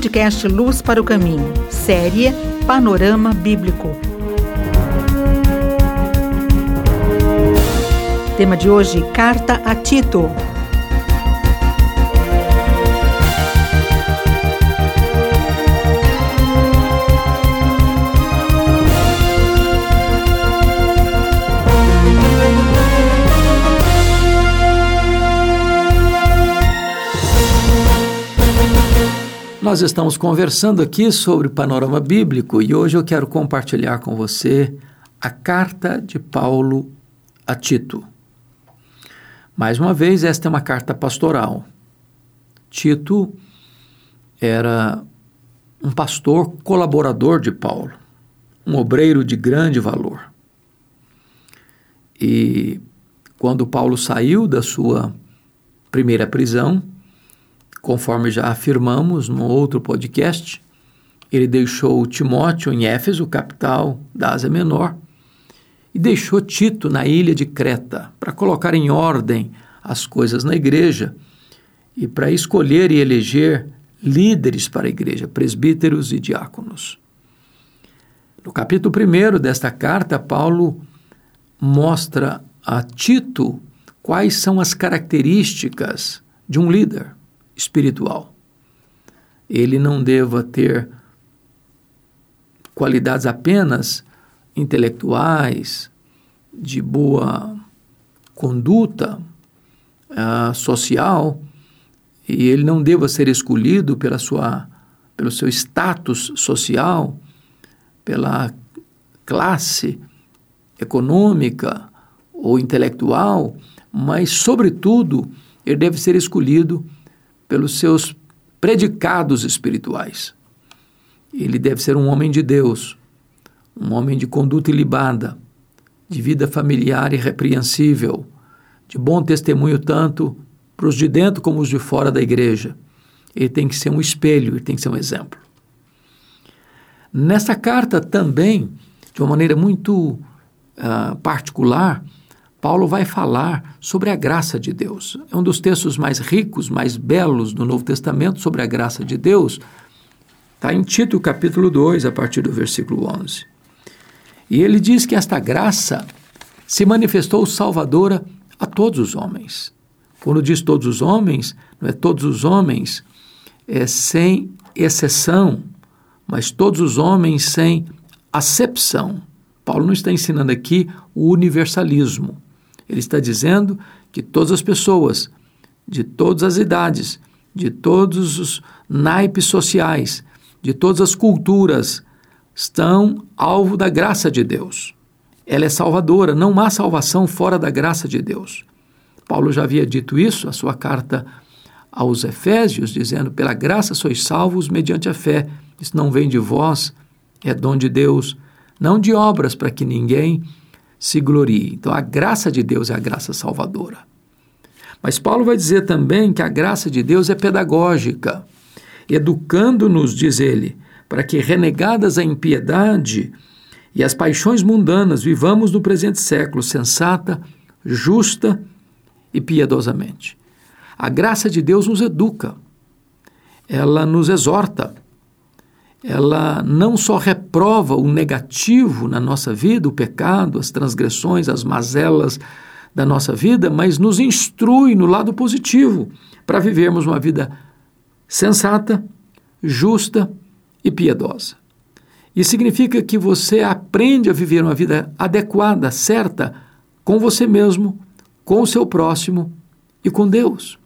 podcast Luz para o Caminho, série Panorama Bíblico. Tema de hoje, Carta a Tito. Nós estamos conversando aqui sobre panorama bíblico e hoje eu quero compartilhar com você a carta de Paulo a Tito. Mais uma vez, esta é uma carta pastoral. Tito era um pastor colaborador de Paulo, um obreiro de grande valor. E quando Paulo saiu da sua primeira prisão, conforme já afirmamos no outro podcast, ele deixou Timóteo em Éfeso, capital da Ásia Menor, e deixou Tito na ilha de Creta para colocar em ordem as coisas na igreja e para escolher e eleger líderes para a igreja, presbíteros e diáconos. No capítulo 1 desta carta, Paulo mostra a Tito quais são as características de um líder espiritual. Ele não deva ter qualidades apenas intelectuais, de boa conduta social, e ele não deva ser escolhido pelo seu status social, pela classe econômica ou intelectual, mas, sobretudo, ele deve ser escolhido pelos seus predicados espirituais. Ele deve ser um homem de Deus, um homem de conduta ilibada, de vida familiar irrepreensível, de bom testemunho tanto para os de dentro como os de fora da igreja. Ele tem que ser um espelho, ele tem que ser um exemplo. Nessa carta também, de uma maneira muito particular, Paulo vai falar sobre a graça de Deus. É um dos textos mais ricos, mais belos do Novo Testamento sobre a graça de Deus. Está em Tito, capítulo 2, a partir do versículo 11. E ele diz que esta graça se manifestou salvadora a todos os homens. Quando diz todos os homens, não é todos os homens sem exceção, mas todos os homens sem acepção. Paulo não está ensinando aqui o universalismo. Ele está dizendo que todas as pessoas, de todas as idades, de todos os naipes sociais, de todas as culturas, estão alvo da graça de Deus. Ela é salvadora, não há salvação fora da graça de Deus. Paulo já havia dito isso, a sua carta aos Efésios, dizendo, pela graça sois salvos mediante a fé. Isso não vem de vós, é dom de Deus, não de obras para que ninguém se glorie. Então, a graça de Deus é a graça salvadora. Mas Paulo vai dizer também que a graça de Deus é pedagógica, educando-nos, diz ele, para que, renegadas a impiedade e as paixões mundanas, vivamos no presente século sensata, justa e piedosamente. A graça de Deus nos educa, ela nos exorta, ela não só reprova o negativo na nossa vida, o pecado, as transgressões, as mazelas da nossa vida, mas nos instrui no lado positivo para vivermos uma vida sensata, justa e piedosa. Isso significa que você aprende a viver uma vida adequada, certa, com você mesmo, com o seu próximo e com Deus.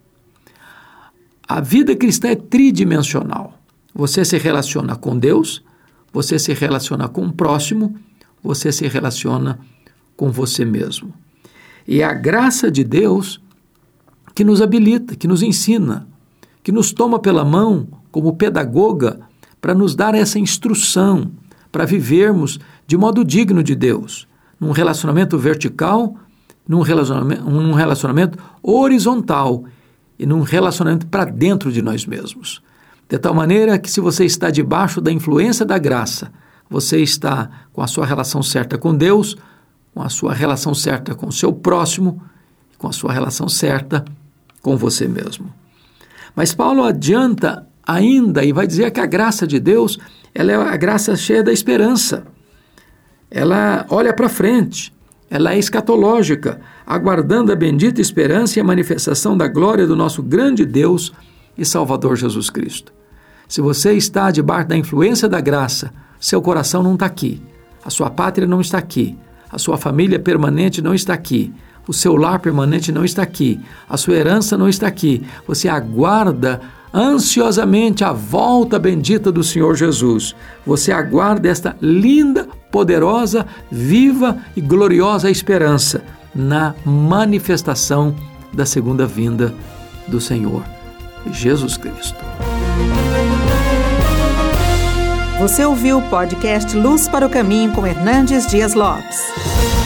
A vida cristã é tridimensional. Você se relaciona com Deus, você se relaciona com o próximo, você se relaciona com você mesmo. E é a graça de Deus que nos habilita, que nos ensina, que nos toma pela mão como pedagoga para nos dar essa instrução, para vivermos de modo digno de Deus, num relacionamento vertical, num relacionamento horizontal e num relacionamento para dentro de nós mesmos. De tal maneira que, se você está debaixo da influência da graça, você está com a sua relação certa com Deus, com a sua relação certa com o seu próximo, com a sua relação certa com você mesmo. Mas Paulo adianta ainda e vai dizer que a graça de Deus, ela é a graça cheia da esperança. Ela olha para frente, ela é escatológica, aguardando a bendita esperança e a manifestação da glória do nosso grande Deus e Salvador Jesus Cristo. Se você está debaixo da influência da graça, seu coração não está aqui, a sua pátria não está aqui, a sua família permanente não está aqui, o seu lar permanente não está aqui, a sua herança não está aqui. Você aguarda ansiosamente a volta bendita do Senhor Jesus. Você aguarda esta linda, poderosa, viva e gloriosa esperança na manifestação da segunda vinda do Senhor Jesus Cristo. Você ouviu o podcast Luz para o Caminho com Hernandes Dias Lopes.